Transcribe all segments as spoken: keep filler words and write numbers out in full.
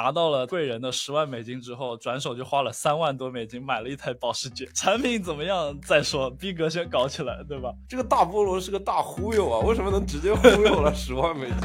拿到了贵人的十万美金之后，转手就花了三万多美金买了一台保时捷。产品怎么样再说，逼格先搞起来，对吧？ 这个大菠萝是个大忽悠啊，为什么能直接忽悠了十万美金？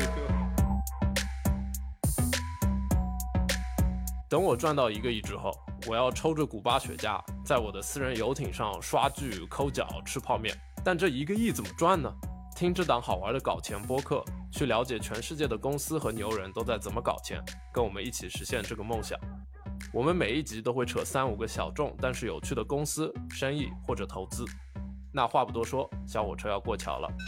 等我赚到一个亿之后，我要抽着古巴雪茄，在我的私人游艇上刷剧、抠脚、吃泡面。但这一个亿怎么赚呢？听这档好玩的搞钱播客，去了解全世界的公司和牛人都在怎么搞钱，跟我们一起实现这个梦想。我们每一集都会扯三五个小众但是有趣的公司、生意或者投资。那话不多说，小火车要过桥了。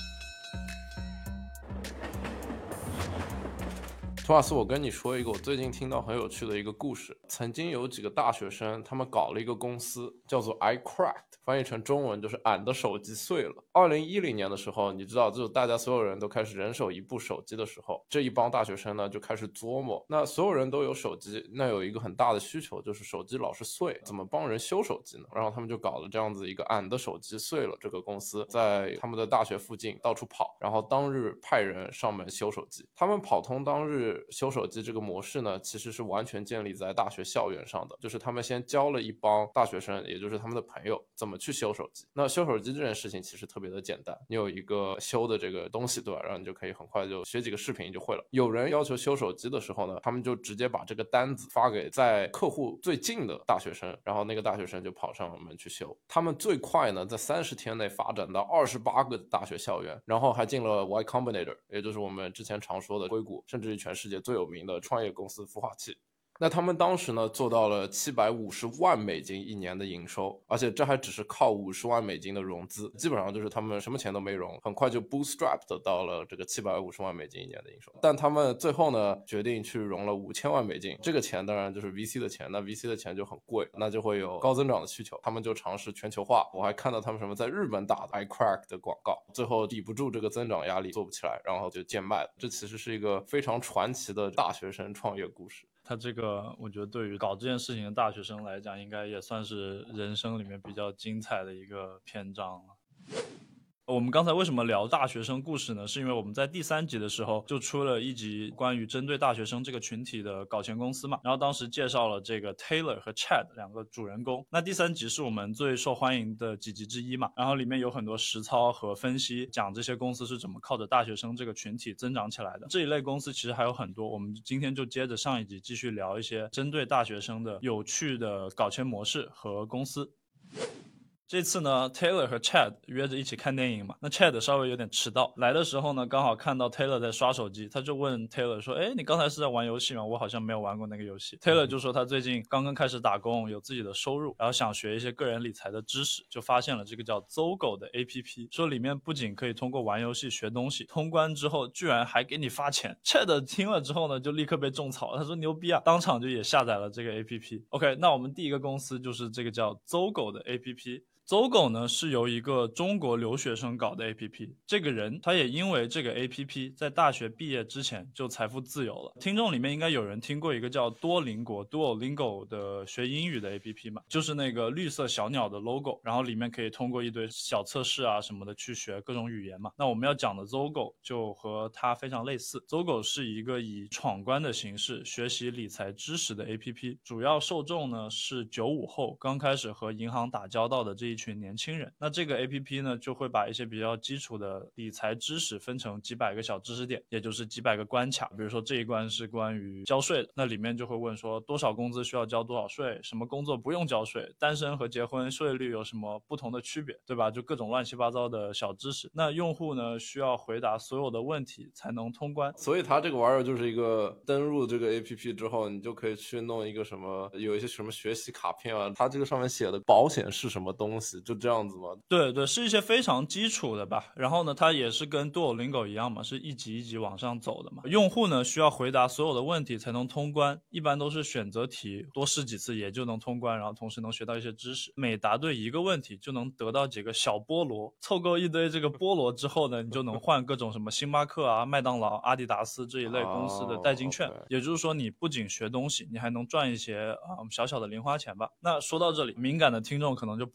托马斯，我跟你说一个我最近听到很有趣的一个故事。曾经有几个大学生，他们搞了一个公司，叫做 I Cracked， 翻译成中文就是俺的手机碎了。二零一零年的时候，你知道，就是大家所有人都开始人手一部手机的时候，这一帮大学生呢就开始琢磨，那所有人都有手机，那有一个很大的需求，就是手机老是碎，怎么帮人修手机呢？然后他们就搞了这样子一个俺的手机碎了这个公司，在他们的大学附近到处跑，然后当日派人上门修手机。他们跑通当日修手机这个模式呢，其实是完全建立在大学校园上的，就是他们先教了一帮大学生，也就是他们的朋友怎么去修手机。那修手机这件事情其实特别的简单，你有一个修的这个东西，对吧？然后你就可以很快就学几个视频就会了。有人要求修手机的时候呢，他们就直接把这个单子发给在客户最近的大学生，然后那个大学生就跑上门去修。他们最快呢在三十天内发展到二十八个大学校园，然后还进了 Y Combinator， 也就是我们之前常说的硅谷，甚至于全世界最有名的创业公司孵化器。那他们当时呢做到了七百五十万美金一年的营收，而且这还只是靠五十万美金的融资，基本上就是他们什么钱都没融，很快就 bootstrapped 到了这个七百五十万美金一年的营收。但他们最后呢决定去融了五千万美金，这个钱当然就是 V C 的钱，那 V C 的钱就很贵，那就会有高增长的需求，他们就尝试全球化。我还看到他们什么在日本打的 I Crack 的广告，最后抵不住这个增长压力，做不起来，然后就贱卖了。这其实是一个非常传奇的大学生创业故事。 他这个我觉得对于搞这件事情的大学生来讲，应该也算是人生里面比较精彩的一个篇章了。我们刚才为什么聊大学生故事呢？是因为我们在第三集的时候就出了一集关于针对大学生这个群体的搞钱公司嘛，然后当时介绍了这个 Taylor 和 Chad 两个主人公。那第三集是我们最受欢迎的几集之一嘛，然后里面有很多实操和分析，讲这些公司是怎么靠着大学生这个群体增长起来的。这一类公司其实还有很多，我们今天就接着上一集继续聊一些针对大学生的有趣的搞钱模式和公司。这次呢 Taylor 和 Chad 约着一起看电影嘛，那 Chad 稍微有点迟到，来的时候呢刚好看到 Taylor 在刷手机，他就问 Taylor 说，诶，你刚才是在玩游戏吗？我好像没有玩过那个游戏。 Taylor 就说他最近刚刚开始打工，有自己的收入，然后想学一些个人理财的知识，就发现了这个叫 Zogo 的 A P P， 说里面不仅可以通过玩游戏学东西，通关之后居然还给你发钱。 Chad 听了之后呢就立刻被种草，他说牛逼啊，当场就也下载了这个 A P P。 OK， 那我们第一个公司就是这个叫 Zogo 的 A P P。Zogo 呢是由一个中国留学生搞的 A P P， 这个人他也因为这个 A P P 在大学毕业之前就财富自由了。听众里面应该有人听过一个叫多邻国 Duolingo 的学英语的 A P P 嘛，就是那个绿色小鸟的 logo， 然后里面可以通过一堆小测试啊什么的去学各种语言嘛。那我们要讲的 Zogo 就和它非常类似， Zogo 是一个以闯关的形式学习理财知识的 A P P， 主要受众呢是九五后刚开始和银行打交道的这一群年轻人。那这个 A P P 呢就会把一些比较基础的理财知识分成几百个小知识点，也就是几百个关卡。比如说这一关是关于交税的，那里面就会问说多少工资需要交多少税，什么工作不用交税，单身和结婚税率有什么不同的区别，对吧？就各种乱七八糟的小知识。那用户呢需要回答所有的问题才能通关。 所以它这个玩意儿就是一个登入这个 A P P 之后，你就可以去弄一个什么，有一些什么学习卡片啊，它这个上面写的保险是什么东西，就这样子吗？ 对对，是一些非常基础的吧。然后呢它也是跟 Duolingo 一样嘛，是一级一级往上走的嘛。用户呢需要回答所有的问题才能通关，一般都是选择题，多试几次也就能通关，然后同时能学到一些知识。每答对一个问题就能得到几个小菠萝，凑够一堆这个菠萝之后呢，你就能换各种什么星巴克啊、麦当劳、阿迪达斯这一类公司的代金券、oh, okay. 也就是说你不仅学东西，你还能赚一些、嗯、小小的零花钱吧。那说到这里，敏感的听众可能就捕捉到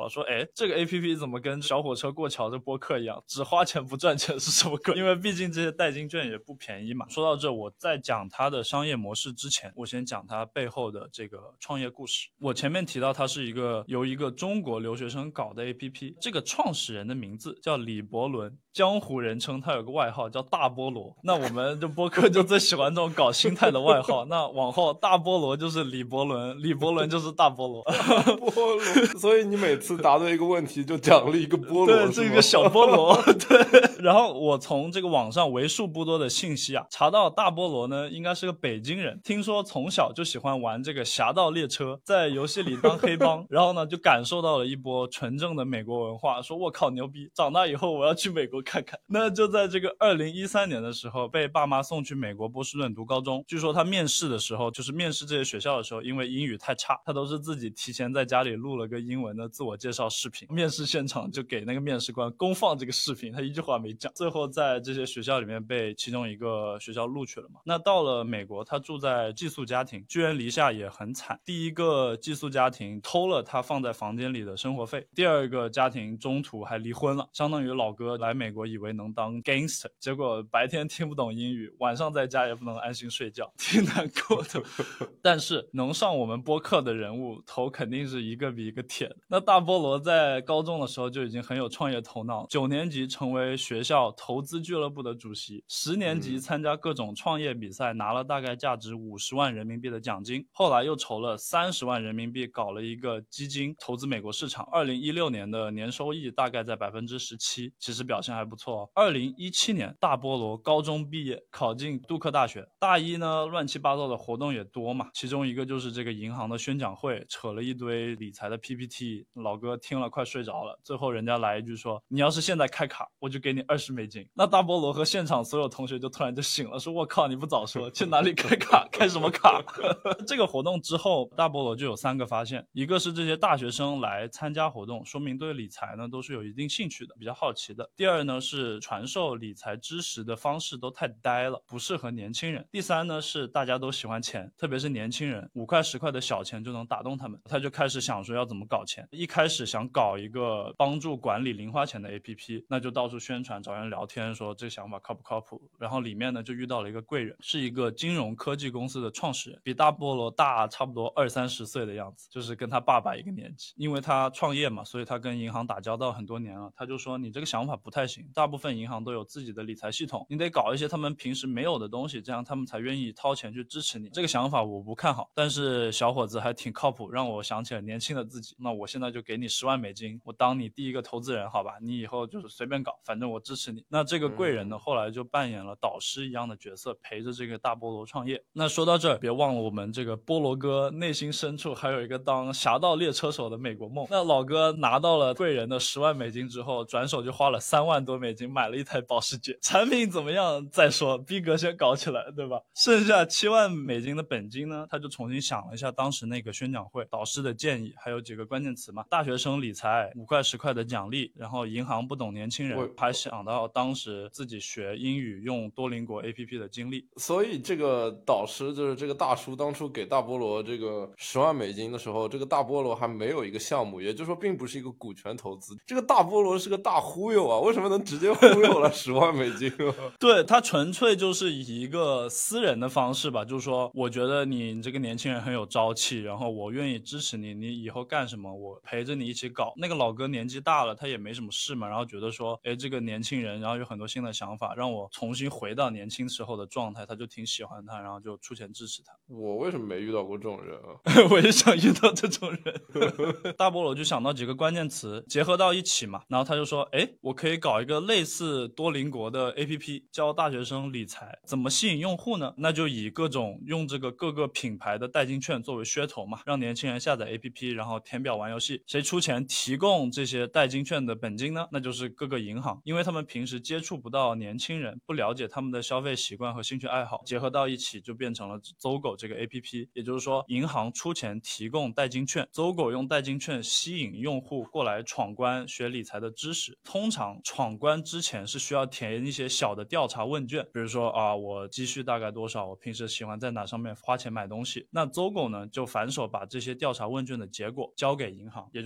了，说哎，这个 A P P 怎么跟小火车过桥这播客一样，只花钱不赚钱是什么鬼？因为毕竟这些代金券也不便宜嘛。说到这，我在讲它的商业模式之前，我先讲它背后的这个创业故事。我前面提到它是一个由一个中国留学生搞的 A P P， 这个创始人的名字叫李伯伦，江湖人称他有个外号叫大菠萝。那我们这播客就最喜欢这种搞心态的外号，那往后大菠萝就是李伯伦，李伯伦就是大菠萝。 菠萝，所以你每次答对一个问题就奖励一个菠萝， 对，这个小菠萝。对，然后我从这个网上为数不多的信息啊，查到大菠萝呢应该是个北京人，听说从小就喜欢玩这个侠盗猎车，在游戏里当黑帮，然后呢就感受到了一波纯正的美国文化，说我靠牛逼，长大以后我要去美国看看。那就在这个二零一三年的时候，被爸妈送去美国波士顿读高中。据说他面试的时候，就是面试这些学校的时候，因为英语太差，他都是自己提前在家里录了个英文的自我介绍视频，面试现场就给那个面试官公放这个视频，他一句话没讲。最后在这些学校里面被其中一个学校录取了嘛。那到了美国，他住在寄宿家庭，寄人篱下也很惨。第一个寄宿家庭偷了他放在房间里的生活费，第二个家庭中途还离婚了，相当于老哥来美国以为能当 gangster， 结果白天听不懂英语，晚上在家也不能安心睡觉，挺难过的。但是能上我们播客的人物头肯定是一个比一个铁的。那大菠萝在高中的时候就已经很有创业头脑，九年级成为学校投资俱乐部的主席，十年级参加各种创业比赛，拿了大概价值五十万人民币的奖金，后来又筹了三十万人民币搞了一个基金投资美国市场，二零一六年的年收益大概在 百分之十七， 其实表现还不错。二零一七年大菠萝高中毕业，考进杜克大学，大一呢乱七八糟的活动也多嘛，其中一个就是这个银行的宣讲会，扯了一堆理财的 P P T， 老哥听了快睡着了，最后人家来一句说，你要是现在开卡我就给你二十美金。那大菠萝和现场所有同学就突然就醒了，说我靠你不早说，去哪里开卡开什么卡。这个活动之后大菠萝就有三个发现，一个是这些大学生来参加活动，说明对理财呢都是有一定兴趣的，比较好奇的。第二呢是传授理财知识的方式都太呆了，不适合年轻人。第三呢是大家都喜欢钱，特别是年轻人，五块十块的小钱就能打动他们，他就开始想说要怎么搞钱。一开始想搞一个帮助管理零花钱的 A P P， 那就到处宣传，找人聊天说这个想法靠不靠谱。然后里面呢就遇到了一个贵人，是一个金融科技公司的创始人，比大菠萝大差不多二三十岁的样子，就是跟他爸爸一个年纪。因为他创业嘛，所以他跟银行打交道很多年了，他就说你这个想法不太行，大部分银行都有自己的理财系统，你得搞一些他们平时没有的东西，这样他们才愿意掏钱去支持你。这个想法我不看好，但是小伙子还挺靠谱，让我想起了年轻的自己。那我现在就给你十万美金，我当你第一个投资人好吧，你以后就是随便搞，反正我支持你。那这个贵人呢后来就扮演了导师一样的角色，陪着这个大菠萝创业。那说到这儿，别忘了我们这个菠萝哥内心深处还有一个当侠盗猎车手的美国梦。那老哥拿到了贵人的十万美金之后，转手就花了三万多美金买了一台保时捷，产品怎么样再说，逼格先搞起来，对吧？剩下七万美金的本金呢，他就重新想了一下当时那个宣讲会导师的建议，还有几个关键词嘛，大学生理财五块十块的奖励，然后银行不懂年轻人，还想到当时自己学英语用多邻国 A P P 的经历。 所以这个导师就是这个大叔当初给大菠萝这个十万美金的时候，这个大菠萝还没有一个项目，也就是说并不是一个股权投资，这个大菠萝是个大忽悠啊，为什么能直接忽悠了十万美金？ 对，他纯粹就是以一个私人的方式吧，就是说我觉得你这个年轻人很有朝气，然后我愿意支持你，你以后干什么我陪着你一起搞。那个老哥年纪大了，他也没什么事嘛，然后觉得说哎，这个年轻人然后有很多新的想法，让我重新回到年轻时候的状态，他就挺喜欢他，然后就出钱支持他。 我为什么没遇到过这种人啊？ 我也想遇到这种人。大菠萝就想到几个关键词结合到一起嘛，然后他就说哎，我可以搞一个类似多邻国的 A P P， 教大学生理财。怎么吸引用户呢？那就以各种用这个各个品牌的代金券作为噱头嘛，让年轻人下载 A P P， 然后填表玩游戏。谁出钱提供这些代金券的本金呢？那就是各个银行，因为他们平时接触不到年轻人，不了解他们的消费习惯和兴趣爱好，结合到一起就变成了搜狗这个 A P P。 也就是说银行出钱提供代金券，搜狗用代金券吸引用户过来闯关学理财的知识。通常闯关之前是需要填一些小的调查问卷，比如说啊，我积蓄大概多少，我平时喜欢在哪上面花钱买东西。那搜狗呢就反手把这些调查问卷的结果交给银行，也就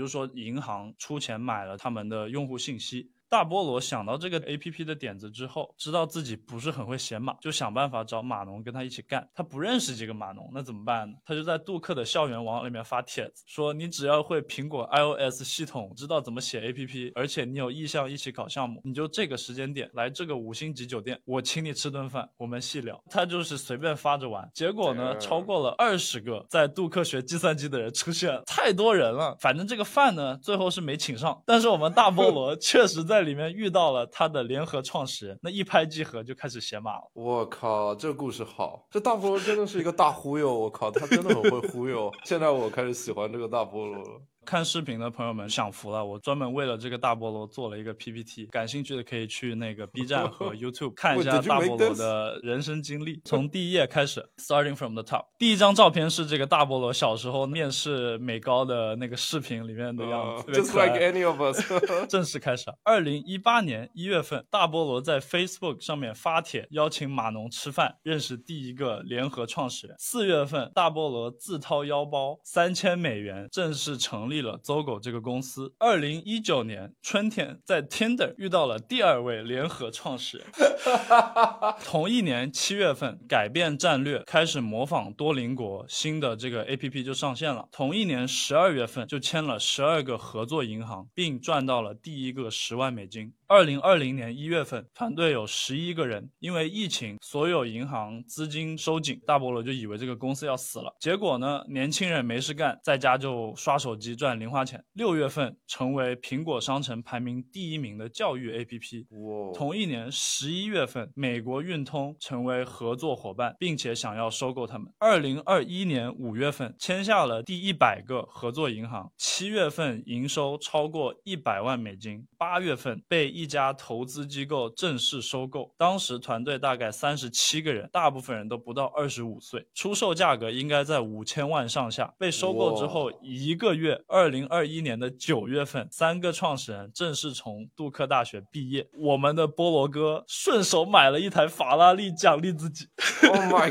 就是说银行出钱买了他们的用户信息。大菠萝想到这个 A P P 的点子之后，知道自己不是很会写码，就想办法找码农跟他一起干。他不认识这个码农，那怎么办呢？他就在杜克的校园网里面发帖子，说你只要会苹果 iOS 系统，知道怎么写 A P P， 而且你有意向一起搞项目，你就这个时间点来这个五星级酒店，我请你吃顿饭，我们细聊。他就是随便发着玩，结果呢，超过了二十个在杜克学计算机的人出现了，太多人了。反正这个饭呢，最后是没请上，但是我们大菠萝确实在里面遇到了他的联合创始人，那一拍即合就开始写码了。 我靠，这故事好，这大菠萝真的是一个大忽悠，我靠，他真的很会忽悠。现在我开始喜欢这个大菠萝了。 看视频的朋友们享福了，我专门为了这个大菠萝做了一个 P P T， 感兴趣的可以去那个 B 站和 YouTube 看一下大菠萝的人生经历，从第一页开始 starting from the top。 第一张照片是这个大菠萝小时候面试美高的那个视频里面的样子， uh, Just like any of us 正式开始。二零一八年一月份，大菠萝在 Facebook 上面发帖邀请码农吃饭，认识第一个联合创始人。四月份，大菠萝自掏腰包三千美元正式成立了 Zogo 这个公司。二零一九年春天，在 Tinder 遇到了第二位联合创始人。同一年七月份，改变战略，开始模仿多邻国，新的这个 A P P 就上线了。同一年十二月份，就签了十二个合作银行，并赚到了第一个十万美金。二零二零年一月份，团队有十一个人，因为疫情，所有银行资金收紧，大菠萝就以为这个公司要死了。结果呢，年轻人没事干，在家就刷手机赚零花钱。六月份，成为苹果商城排名第一名的教育 A P P。同一年十一月份，美国运通成为合作伙伴，并且想要收购他们。二零二一年五月份，签下了第一百个合作银行。七月份，营收超过一百万美金。八月份，被一家投资机构正式收购，当时团队大概三十七个人，大部分人都不到二十五岁，出售价格应该在五千万上下。被收购之后一个月，二零二一年的九月份，三个创始人正式从杜克大学毕业。我们的菠萝哥顺手买了一台法拉利奖励自己。 Oh my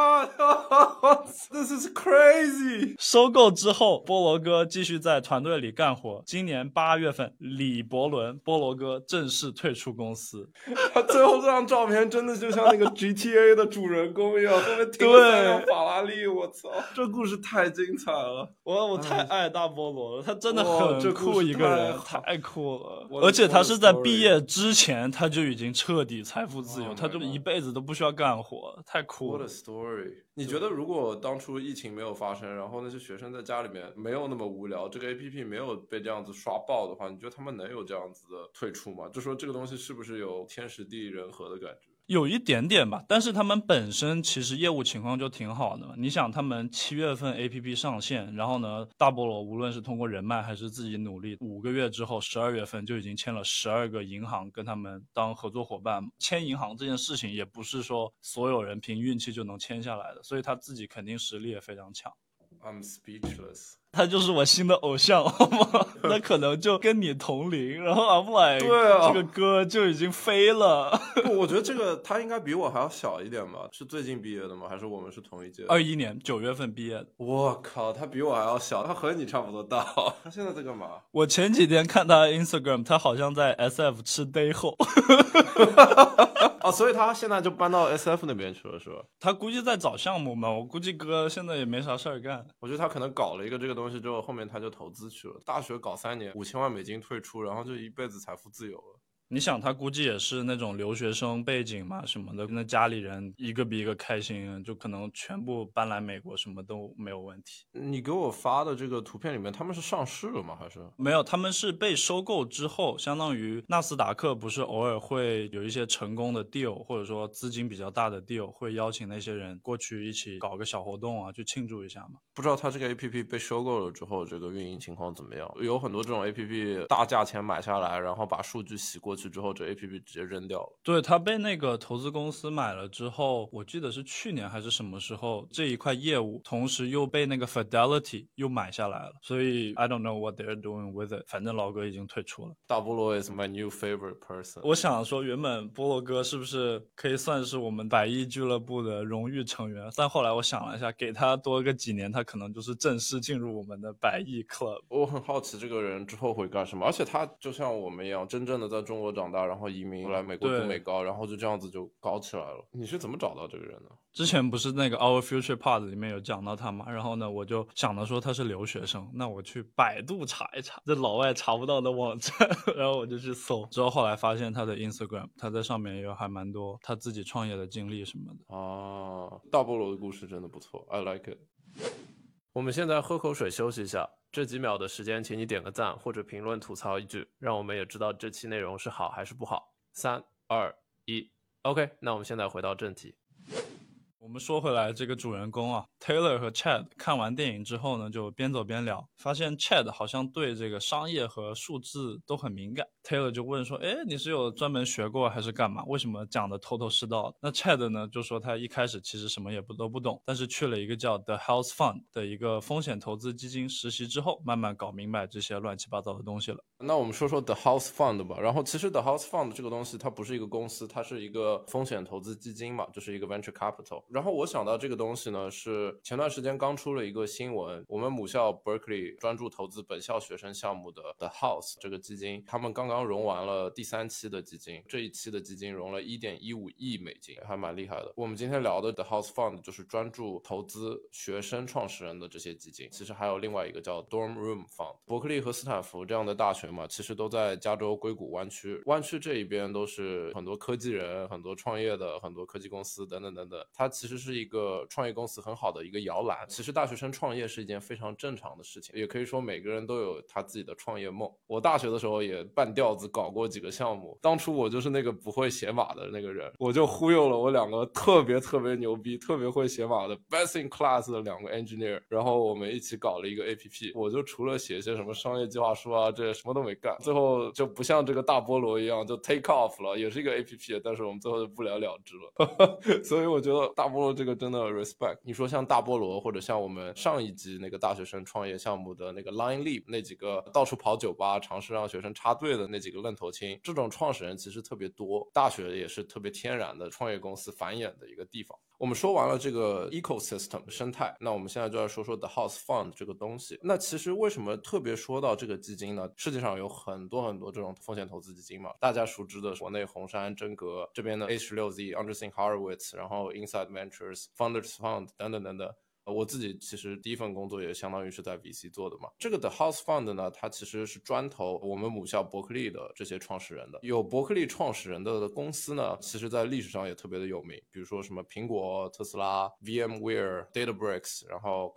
god This is crazy 收购之后，菠萝哥继续在团队里干活。今年八月份，李伯伦菠萝哥正式退出公司。 他最后这张照片真的就像那个 G T A 的主人公一样，后面停了三辆法拉利。我操，这故事太精彩了。 我我太爱大菠萝了，他真的很酷一个人，太酷了。而且他是在毕业之前他就已经彻底财富自由， oh、他就一辈子都不需要干活，太酷了。 What a story！ 你觉得如果当初疫情没有发生，然后那些学生在家里面没有那么无聊，这个 A P P 没有被这样子刷爆的话，你觉得他们能有这样子的退出吗？就说这个东西是不是有天时地利人和的感觉？ 有一点点吧，但是他们本身其实业务情况就挺好的。你想，他们七月份 A P P 上线，然后呢，大菠萝无论是通过人脉还是自己努力，五个月之后，十二月份就已经签了十二个银行跟他们当合作伙伴。签银行这件事情也不是说所有人凭运气就能签下来的，所以他自己肯定实力也非常强。 I'm speechless。 他就是我新的偶像，好吗？那可能就跟你同龄，然后 I'm like， 对啊， 这个歌就已经飞了。 不，我觉得这个他应该比我还要小一点吧？是最近毕业的吗？还是我们是同一届？ 二一年九月份毕业的。 我靠，他比我还要小，他和你差不多大。他现在在干嘛？ 我前几天看他 Instagram， 他好像在 S F 吃 day 后。 哦，所以他现在就搬到 S F 那边去了，是吧？ 他估计在找项目嘛，我估计哥现在也没啥事儿干。 我觉得他可能搞了一个这个东西之后，后面他就投资去了。大学搞三年，五千万美金退出，然后就一辈子财富自由了。 你想，他估计也是那种留学生背景嘛，什么的，那家里人一个比一个开心，就可能全部搬来美国，什么都没有问题。 你给我发的这个图片里面，他们是上市了吗？还是没有？他们是被收购之后，相当于纳斯达克不是偶尔会有一些成功的 deal， 或者说资金比较大的 deal， 会邀请那些人过去一起搞个小活动啊，去庆祝一下嘛。 不知道他这个 A P P 被收购了之后，这个运营情况怎么样？有很多这种 A P P 大价钱买下来，然后把数据洗过去。 去之后，这 A P P 直接扔掉了。 对，他被那个投资公司买了之后，我记得是去年还是什么时候，这一块业务同时又被那个 Fidelity 又买下来了，所以 I don't know what they're doing with it， 反正老哥已经退出了。 大菠萝 is my new favorite person。 我想说原本菠萝哥是不是可以算是我们百亿俱乐部的荣誉成员，但后来我想了一下，给他多个几年，他可能就是正式进入我们的百亿 club。 我很好奇这个人之后会干什么，而且他就像我们一样真正的在中国长大，然后移民来美国读美高，然后就这样子就搞起来了。你是怎么找到这个人的？ 之前不是那个 Our Future Pod 里面有讲到他嘛，然后呢我就想着说他是留学生，那我去百度查一查这老外查不到的网站然后我就去搜，之后后来发现他的 Instagram， 他在上面有还蛮多他自己创业的经历什么的。 啊，大菠萝的故事真的不错， I like it。 我们现在喝口水休息一下，这几秒的时间请你点个赞或者评论吐槽一句，让我们也知道这期内容是好还是不好。三二一 OK， 那我们现在回到正题。 我们说回来，这个主人公啊 Taylor 和 Chad 看完电影之后呢，就边走边聊，发现 Chad 好像对这个商业和数字都很敏感。 Taylor 就问说，诶，你是有专门学过还是干嘛，为什么讲的头头是道的？那 Chad 呢就说他一开始其实什么也不都不懂，但是去了一个叫 The House Fund 的一个风险投资基金实习之后，慢慢搞明白这些乱七八糟的东西了。 那我们说说 The House Fund 吧。然后其实 The House Fund 这个东西它不是一个公司，它是一个风险投资基金嘛，就是一个 venture capital。然后我想到这个东西呢，是前段时间刚出了一个新闻，我们母校 Berkeley 专注投资本校学生项目的 The House 这个基金，他们刚刚融完了第三期的基金，这一期的基金融了 一点一五亿美金，还蛮厉害的。我们今天聊的 The House Fund 就是专注投资学生创始人的这些基金，其实还有另外一个叫 Dorm Room Fund。伯克利和斯坦福这样的大学嘛，其实都在加州硅谷湾区，湾区这一边都是很多科技人，很多创业的，很多科技公司等等等等，它其实是一个创业公司很好的一个摇篮。其实大学生创业是一件非常正常的事情，也可以说每个人都有他自己的创业梦。我大学的时候也半吊子搞过几个项目，当初我就是那个不会写码的那个人，我就忽悠了我两个特别特别牛逼特别会写码的 best in class 的两个 engineer， 然后我们一起搞了一个 A P P。 我就除了写一些什么商业计划书啊，这什么都没干，最后就不像这个大菠萝一样就 take off 了，也是一个 A P P， 但是我们最后就不了了之了所以我觉得大菠萝这个真的 respect。 你说像大菠萝或者像我们上一集那个大学生创业项目的那个 Line Leap 那几个到处跑酒吧尝试让学生插队的那几个愣头青，这种创始人其实特别多，大学也是特别天然的创业公司繁衍的一个地方。我们说完了这个 ecosystem 生态，那我们现在就要说说 The House Fund 这个东西。那其实为什么特别说到这个基金呢？世界上有很多很多这种风险投资基金嘛，大家熟知的国内红杉、真格，这边的 A 十六 Z、Andreessen Horowitz， 然后 Inside Ventures、Founders Fund 等等等等。我自己其实第一份工作也相当于是在 V C 做的嘛。这个 The House Fund 呢，它其实是专投我们母校伯克利的这些创始人的。有伯克利创始人的公司呢，其实在历史上也特别的有名，比如说什么苹果、特斯拉、VMware、Databricks， 然后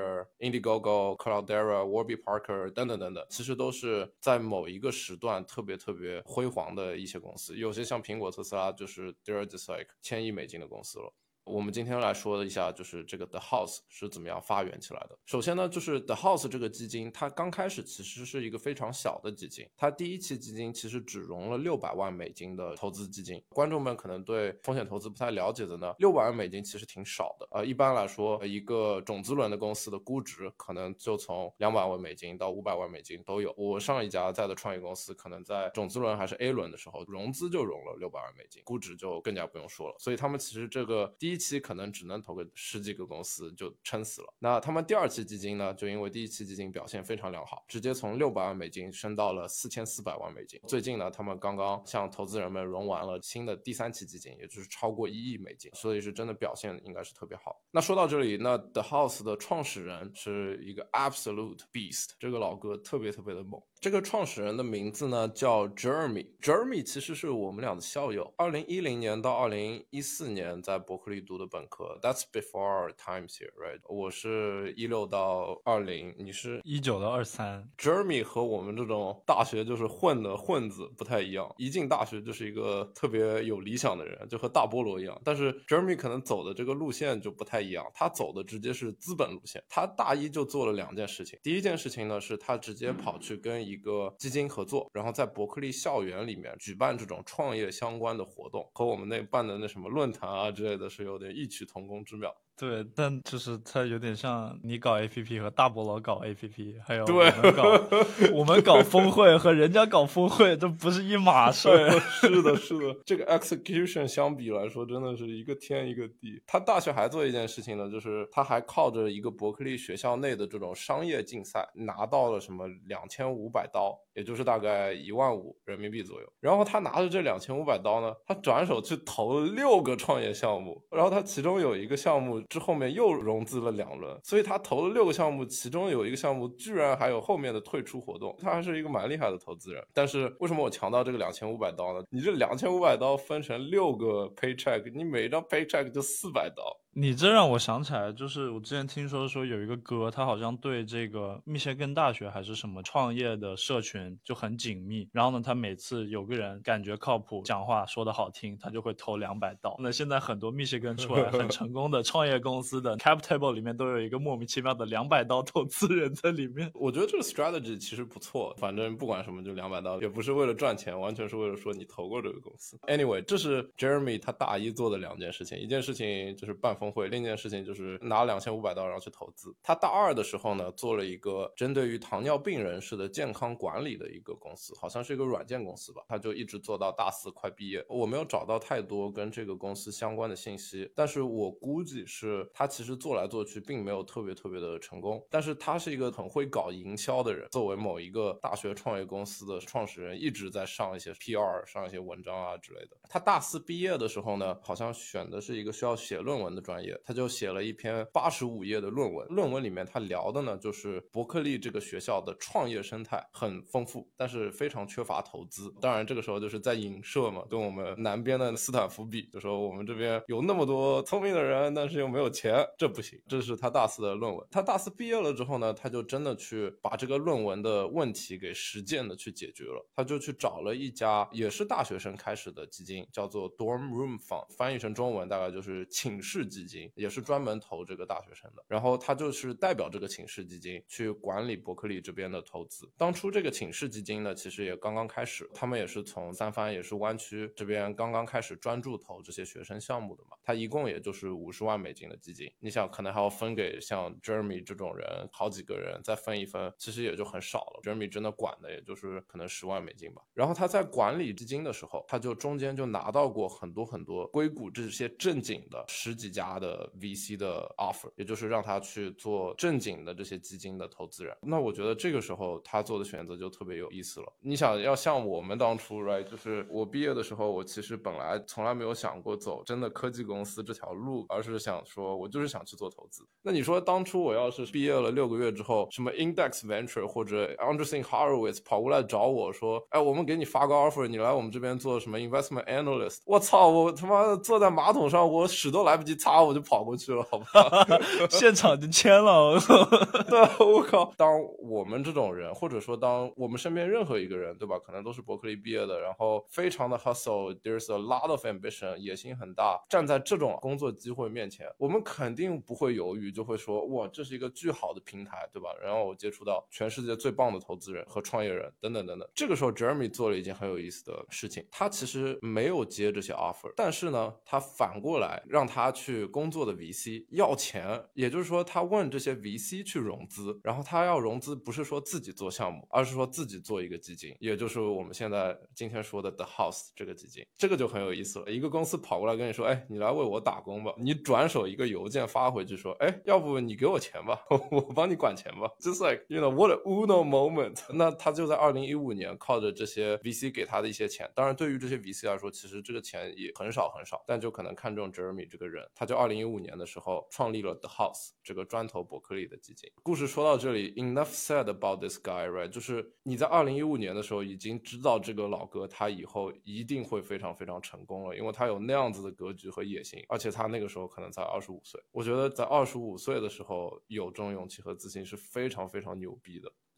Caviar、Indiegogo、Cloudera、Warby Parker 等等等等，其实都是在某一个时段特别特别辉煌的一些公司。有些像苹果、特斯拉就是 they're just like 千亿美金的公司了。我们今天来说一下就是这个 The House 是怎么样发源起来的。首先呢，就是 The House 这个基金它刚开始其实是一个非常小的基金，它第一期基金其实只融了六百万美金的投资基金。观众们可能对风险投资不太了解的呢，六百万美金其实挺少的。呃，一般来说一个种子轮的公司的估值可能就从两百万美金到五百万美金都有。我上一家在的创业公司可能在种子轮还是 A 轮的时候融资就融了六百万美金，估值就更加不用说了。所以他们其实这个第一期可能只能投个十几个公司就撑死了。那他们第二期基金呢，就因为第一期基金表现非常良好，直接从六百万美金升到了四千四百万美金。最近呢，他们刚刚向投资人们融完了新的第三期基金，也就是超过一亿美金，所以是真的表现应该是特别好。那说到这里，那 The House 的创始人是一个 absolute beast， 这个老哥特别特别的猛。这个创始人的名字呢叫 Jeremy， Jeremy 其实是我们俩的校友，二零一零年到二零一四年在伯克利读的本科。 That's before our times here, right？ 我是一六到二零，你是一九到二三。 Jeremy 和我们这种大学就是混的混子不太一样，一进大学就是一个特别有理想的人，就和大菠萝一样。但是 Jeremy 可能走的这个路线就不太一样，他走的直接是资本路线。他大一就做了两件事情，第一件事情呢是他直接跑去跟一一个基金合作，然后在伯克利校园里面举办这种创业相关的活动，和我们那办的那什么论坛啊之类的是有点异曲同工之妙。 对，但就是它有点像你搞 A P P 和大伯劳搞 A P P， 还有我对们搞我们搞峰会和人家搞峰会，这不是一码事儿。 是的，是的，这个 execution 相比来说真的是一个天一个地。他大学还做一件事情呢，就是他还靠着一个伯克利学校内的这种商业竞赛拿到了什么两千五百刀，也就是大概一万五人民币左右。然后他拿着这两千五百刀呢，他转手去投了六个创业项目，然后他其中有一个项目之后面又融资了两轮，所以他投了六个项目，其中有一个项目居然还有后面的退出活动，他还是一个蛮厉害的投资人。但是为什么我强调这个两千五百刀呢？你这两千五百刀分成六个 paycheck， 你每一张 paycheck 就四百刀。 你这让我想起来，就是我之前听说说有一个哥，他好像对这个密歇根大学还是什么创业的社群就很紧密，然后呢，他每次有个人感觉靠谱，讲话说的好听，他就会投两百刀。那现在很多密歇根出来很成功的创业公司的 cap table 里面都有一个莫名其妙的两百刀投资人在里面。 我觉得这个 strategy 其实不错，反正不管什么就两百刀，也不是为了赚钱，完全是为了说你投过这个公司。Anyway， 这是 Jeremy 他大一做的两件事情，一件事情就是办峰会，另一件事情就是拿两千五百刀然后去投资。他大二的时候呢，做了一个针对于糖尿病人士的健康管理的一个公司，好像是一个软件公司吧，他就一直做到大四快毕业。我没有找到太多跟这个公司相关的信息，但是我估计是他其实做来做去并没有特别特别的成功，但是他是一个很会搞营销的人，作为某一个大学创业公司的创始人，一直在上一些 P R 上一些文章啊之类的。他大四毕业的时候呢，好像选的是一个需要写论文的专业，他就写了一篇八十五页的论文。论文里面他聊的呢，就是伯克利这个学校的创业生态很丰富，但是非常缺乏投资。当然这个时候就是在影射嘛，跟我们南边的斯坦福比，就说我们这边有那么多聪明的人，但是又没有钱，这不行。这是他大四的论文。他大四毕业了之后呢，他就真的去把这个论文的问题给实践的去解决了。他就去找了一家也是大学生开始的基金，叫做 Dorm Room Fund， 翻译成中文大概就是寝室基金，也是专门投这个大学生的。然后他就是代表这个寝室基金去管理伯克利这边的投资。当初这个寝室基金呢，其实也刚刚开始，他们也是从三藩也是湾区这边刚刚开始专注投这些学生项目的嘛。他一共也就是五十万美金的基金，你想可能还要分给像 Jeremy 这种人好几个人再分一分，其实也就很少了。 Jeremy 真的管的也就是可能十万美金吧。然后他在管理基金的时候，他就中间就拿到过很多很多硅谷这些正经的十几家的 V C 的 offer， 也就是让他去做正经的这些基金的投资人。那我觉得这个时候他做的选择就特别有意思了。你想要像我们当初 right， 就是我毕业的时候，我其实本来从来没有想过走真的科技公司这条路，而是想说我就是想去做投资。那你说当初我要是毕业了六个月之后，什么 Index Venture 或者 Andreessen Horowitz 跑过来找我说，哎，我们给你发个 offer， 你来我们这边做什么 investment analyst， 我操，我他妈坐在马桶上，我屎都来不及擦我就跑过去了，好吧现场就签了对，我靠。当我们这种人，或者说当我们身边任何一个人，对吧，可能都是伯克利毕业的，然后非常的 hustle， there's a lot of ambition， 野心很大，站在这种工作机会面前，我们肯定不会犹豫，就会说哇，这是一个巨好的平台，对吧，然后我接触到全世界最棒的投资人和创业人等等等等。这个时候 Jeremy 做了一件很有意思的事情，他其实没有接这些 offer， 但是呢他反过来让他去工作的 V C 要钱，也就是说他问这些 V C 去融资，然后他要融资不是说自己做项目，而是说自己做一个基金，也就是我们现在今天说的 The House 这个基金。这个就很有意思了，一个公司跑过来跟你说，哎，你来为我打工吧，你转手一个邮件发回去说，哎，要不你给我钱吧我帮你管钱吧， just like you know what a Uno moment 那他就在二零一五年靠着这些 V C 给他的一些钱，当然对于这些 V C 来说其实这个钱也很少很少，但就可能看中 Jeremy 这个人，他就二零一五年的时候创立了 The House 这个专投伯克利的基金。故事说到这里 enough said about this guy right， 就是你在二零一五年的时候已经知道这个老哥他以后一定会非常非常成功了，因为他有那样子的格局和野心，而且他那个时候可能才二十五岁。我觉得在二十五岁的时候有这种勇气和自信是非常非常牛逼的。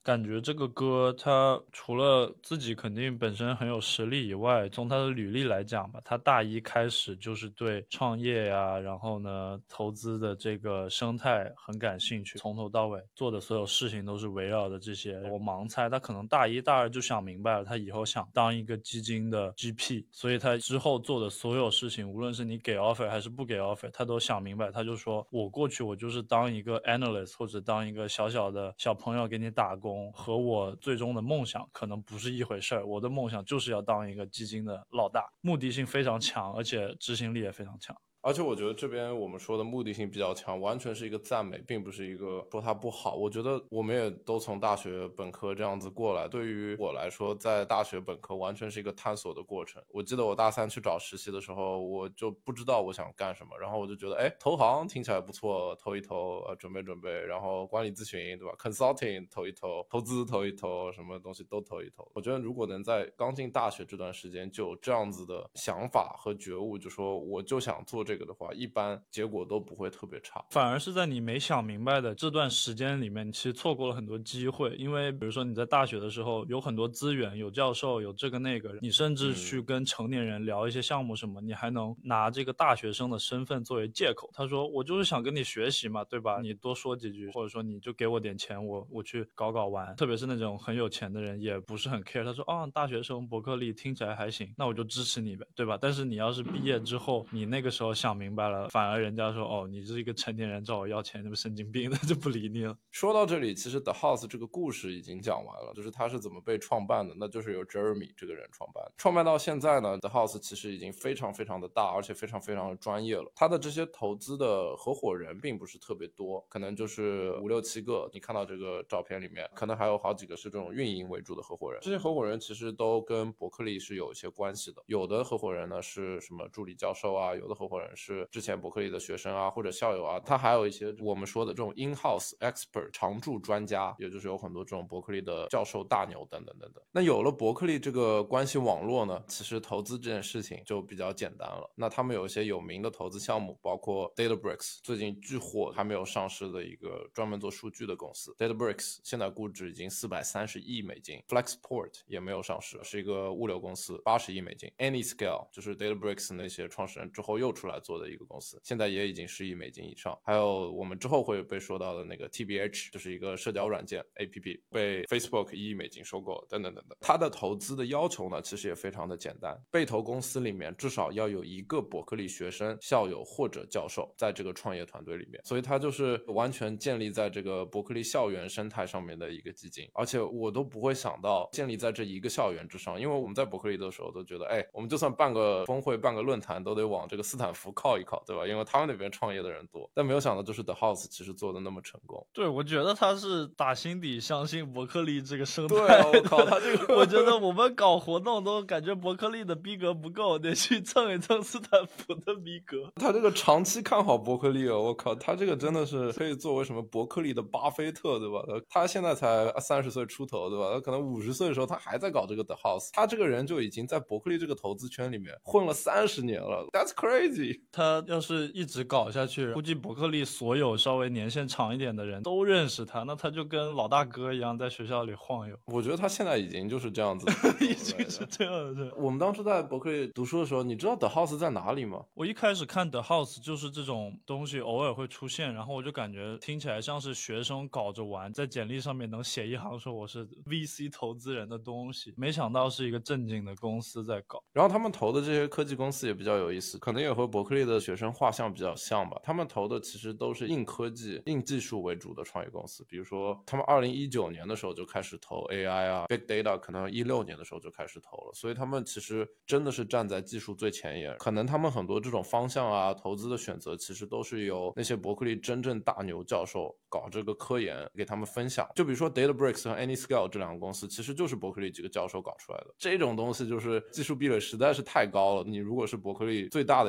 感觉这个哥他除了自己肯定本身很有实力以外，从他的履历来讲吧，他大一开始就是对创业呀，然后呢投资的这个生态很感兴趣，从头到尾做的所有事情都是围绕着这些。我盲猜他可能大一大二就想明白了，他以后想当一个基金的 G P， 所以他之后做的所有事情，无论是你给 offer 还是不给 offer， 他都想明白。他就说我过去我就是当一个 analyst 或者当一个小小的小朋友给你打工，和我最终的梦想可能不是一回事儿。我的梦想就是要当一个基金的老大，目的性非常强，而且执行力也非常强。 而且我觉得这边我们说的目的性比较强，完全是一个赞美，并不是一个说它不好。我觉得我们也都从大学本科这样子过来，对于我来说，在大学本科完全是一个探索的过程。我记得我大三去找实习的时候，我就不知道我想干什么，然后我就觉得，哎，投行听起来不错，投一投，呃，准备准备，然后管理咨询，对吧 ？consulting 投一投，投资投一投，什么东西都投一投。我觉得如果能在刚进大学这段时间就有这样子的想法和觉悟，就说我就想做这个。这个的话一般结果都不会特别差， 反而是在你没想明白的这段时间里面，你其实错过了很多机会。因为比如说你在大学的时候有很多资源，有教授，有这个那个，你甚至去跟成年人聊一些项目什么、嗯、你还能拿这个大学生的身份作为借口，他说我就是想跟你学习嘛，对吧？你多说几句，或者说你就给我点钱，我我去搞搞玩。特别是那种很有钱的人也不是很 care， 他说啊、哦，大学生伯克利听起来还行，那我就支持你呗，对吧？但是你要是毕业之后你那个时候想想明白了，反而人家说哦，你是一个成年人找我要钱，这不神经病的，就不理你了。 说到这里，其实 The House 这个故事已经讲完了，就是他是怎么被创办的，那就是由 Jeremy 这个人创办。创办到现在呢 ，The House 其实已经非常非常的大，而且非常非常的专业了。他的这些投资的合伙人并不是特别多，可能就是五六七个。你看到这个照片里面，可能还有好几个是这种运营为主的合伙人。这些合伙人其实都跟伯克利是有一些关系的。有的合伙人呢是什么助理教授啊，有的合伙人是之前伯克利的学生啊或者校友啊，他还有一些我们说的这种 in-house expert 常驻专家，也就是有很多这种伯克利的教授大牛等等等等。那有了伯克利这个关系网络呢，其实投资这件事情就比较简单了。那他们有一些有名的投资项目，包括 Databricks 最近巨火还没有上市的一个专门做数据的公司， Databricks 现在估值已经四百三十亿美金， Flexport 也没有上市，是一个物流公司，八十亿美金， Anyscale 就是 Databricks 那些创始人之后又出来做的一个公司，现在也已经十亿美金以上。还有我们之后会被说到的那个 T B H， 就是一个社交软件 A P P， 被 Facebook 一亿美金收购等等等等。它的投资的要求呢其实也非常的简单，被投公司里面至少要有一个伯克利学生、校友或者教授在这个创业团队里面，所以它就是完全建立在这个伯克利校园生态上面的一个基金。而且我都不会想到建立在这一个校园之上，因为我们在伯克利的时候都觉得，哎，我们就算办个峰会办个论坛都得往这个斯坦福靠一靠，对吧？因为他们那边创业的人多。但没有想到就是 The House 其实做的那么成功。 对，我觉得他是打心底相信伯克利这个生态。 对啊，我靠，他这个我觉得我们搞活动都感觉伯克利的逼格不够，得去蹭一蹭斯坦福的逼格。 他这个长期看好伯克利哦，我靠，他这个真的是可以作为什么伯克利的巴菲特，对吧？他现在才三十岁出头，对吧？他可能五十岁的时候他还在搞这个 The House， 他这个人就已经在伯克利这个投资圈里面混了三十年了 ，That's crazy。 他要是一直搞下去，估计伯克利所有稍微年限长一点的人都认识他，那他就跟老大哥一样在学校里晃悠。 我觉得他现在已经就是这样子已经是这样的。 我们当时在伯克利读书的时候，你知道 The House 在哪里吗？ 我一开始看 The House 就是这种东西偶尔会出现，然后我就感觉听起来像是学生搞着玩，在简历上面能写一行说我是 V C 投资人的东西，没想到是一个正经的公司在搞。 然后他们投的这些科技公司也比较有意思，可能也和伯克利的学生画像比较像吧。他们投的其实都是硬科技、硬技术为主的创业公司，比如说他们二零一九年的时候就开始投 A I 啊 ，Big Data 可能一六年的时候就开始投了，所以他们其实真的是站在技术最前沿。可能他们很多这种方向啊、投资的选择，其实都是由那些伯克利真正大牛教授搞这个科研给他们分享。就比如说 Databricks 和 Anyscale 这两个公司，其实就是伯克利几个教授搞出来的。这种东西就是技术壁垒实在是太高了，你如果是伯克利最大的一块 The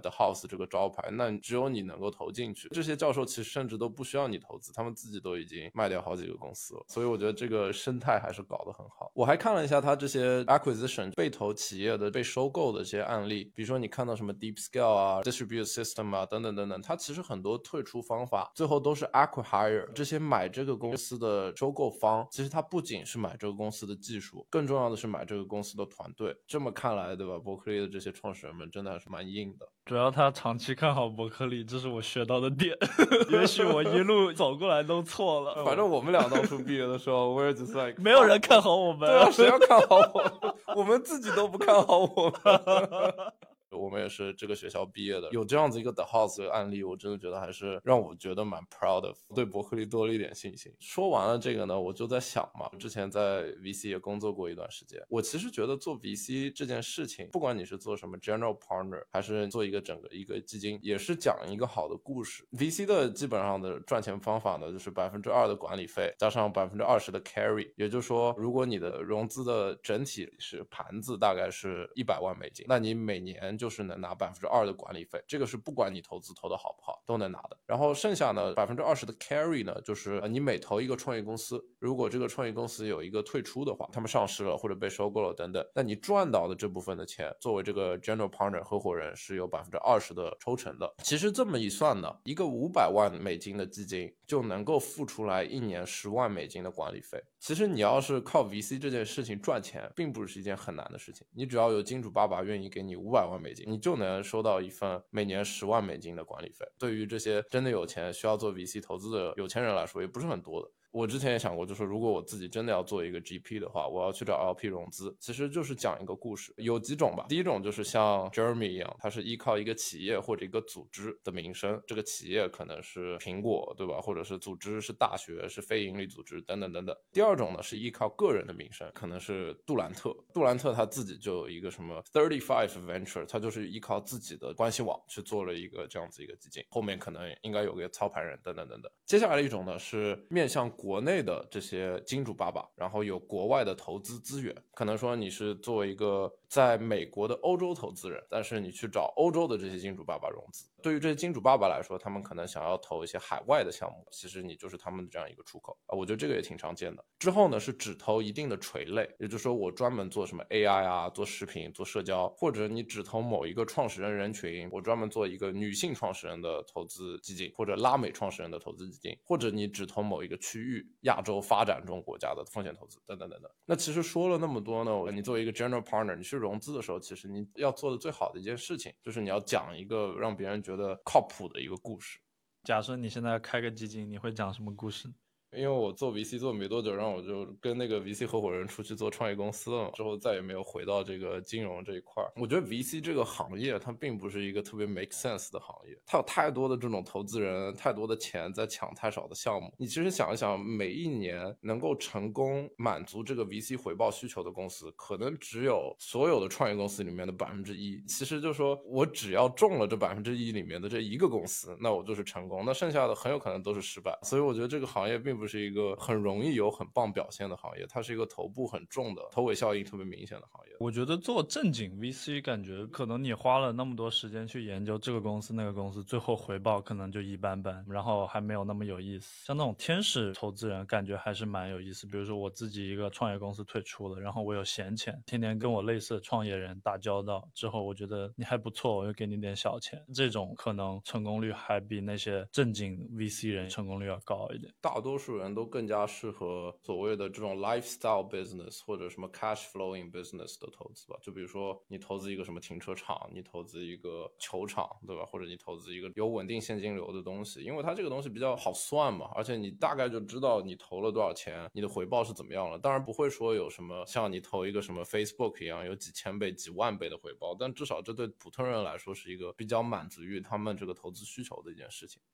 The House 这个招牌，那只有你能够投进去。这些教授其实甚至都不需要你投资，他们自己都已经卖掉好几个公司了，所以我觉得这个生态还是搞得很好。我还看了一下他这些 acquisition 被投企业的被收购的这些案例，比如说你看到什么 DeepScale 啊 Distributed System 啊等等等等，它其实很多退出方法最后都是 acquire， 这些买这个公司的收购方其实它不仅是买这个公司的技术，更重要的是买这个公司的团队。这么看来，对吧，伯克利的这些创始人们真的还是蛮硬的。 主要他长期看好伯克利，这是我学到的点。也许我一路走过来都错了。 反正我们俩当初毕业的时候，我也只是 like 没有人看好我们。 对啊，谁要看好我们？我们自己都不看好我们。我们也是这个学校毕业的，有这样子一个 The House 的案例，我真的觉得还是让我觉得蛮 proud of， 对伯克利多了一点信心。说完了这个呢，我就在想嘛，之前在 V C 也工作过一段时间，我其实觉得做 V C 这件事情，不管你是做什么 general partner， 还是做一个整个一个基金，也是讲一个好的故事。V C 的基本上的赚钱方法呢，就是百分之二的管理费加上百分之二十的 carry， 也就是说，如果你的融资的整体是盘子大概是一百万美金，那你每年就就是能拿百分之二的管理费，这个是不管你投资投的好不好都能拿的。然后剩下呢百分之二十的 carry 呢，就是你每投一个创业公司，如果这个创业公司有一个退出的话，他们上市了或者被收购了等等，那你赚到的这部分的钱，作为这个 general partner 合伙人是有百分之二十的抽成的。其实这么一算呢，一个五百万美金的基金就能够付出来一年十万美金的管理费。其实你要是靠 V C 这件事情赚钱，并不是一件很难的事情，你只要有金主爸爸愿意给你五百万美金，你就能收到一份每年十万美金的管理费。对于这些真的有钱需要做 V C 投资的有钱人来说，也不是很多的。我之前也想过，就是如果我自己真的要做一个 G P 的话，我要去找 L P 融资，其实就是讲一个故事，有几种吧。第一种就是像 Jeremy 一样，他是依靠一个企业或者一个组织的名声，这个企业可能是苹果，对吧？或者是组织是大学，是非营利组织等等等等。第二种呢是依靠个人的名声，可能是杜兰特，杜兰特他自己就有一个什么三十五 Venture， 他就是依靠自己的关系网去做了一个这样子一个基金，后面可能应该有个操盘人等等等等。接下来的一种呢是面向国内的这些金主爸爸，然后有国外的投资资源，可能说你是作为一个在美国的欧洲投资人，但是你去找欧洲的这些金主爸爸融资。对于这些金主爸爸来说，他们可能想要投一些海外的项目，其实你就是他们的这样一个出口啊，我觉得这个也挺常见的。之后呢是只投一定的垂类，也就是说我专门做什么 A I 啊，做视频，做社交，或者你只投某一个创始人人群，我专门做一个女性创始人的投资基金，或者拉美创始人的投资基金，或者你只投某一个区域，亚洲发展中国家的风险投资等等等等。那其实说了那么多呢，你作为一个 general partner， 你去融资的时候，其实你要做的最好的一件事情，就是你要讲一个让别人觉得靠谱的一个故事。 假设你现在开个基金，你会讲什么故事？ 因为我做 V C 做没多久，然后我就跟那个 V C 合伙人出去做创业公司了，之后再也没有回到这个金融这一块。我觉得 V C 这个行业它并不是一个特别 make sense 的行业，它有太多的这种投资人，太多的钱在抢太少的项目。你其实想一想，每一年能够成功满足这个 V C 回报需求的公司，可能只有所有的创业公司里面的百分之一。其实就是说我只要中了这百分之一里面的这一个公司，那我就是成功，那剩下的很有可能都是失败。所以我觉得这个行业并不是一个很容易有很棒表现的行业，它是一个头部很重的头尾效应特别明显的行业。 我觉得做正经 V C 感觉可能你花了那么多时间去研究这个公司那个公司，最后回报可能就一般般，然后还没有那么有意思。像那种天使投资人感觉还是蛮有意思，比如说我自己一个创业公司退出了，然后我有闲钱，天天跟我类似的创业人打交道之后，我觉得你还不错，我就给你点小钱，这种可能成功率还比那些正经 V C 人成功率要高一点。 大多数人都更加适合所谓的这种 lifestyle business 或者什么 cash flowing business 的投资吧。就比如说你投资一个什么停车场，你投资一个球场，对吧？或者你投资一个有稳定现金流的东西，因为它这个东西比较好算嘛，而且你大概就知道你投了多少钱，你的回报是怎么样了。当然不会说有什么像你投一个什么 Facebook 一样有几千倍几万倍的回报，但至少这对普通人来说是一个比较满足于他们这个投资需求的一件事情。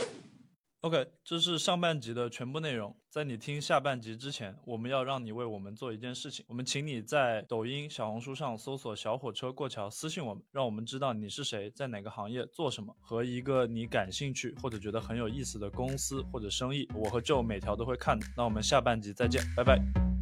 OK， 这是上半集的全部内容。在你听下半集之前，我们要让你为我们做一件事情。我们请你在抖音、小红书上搜索小火车过桥，私信我们，让我们知道你是谁，在哪个行业做什么，和一个你感兴趣或者觉得很有意思的公司或者生意。我和Joe每条都会看的。那我们下半集再见，拜拜。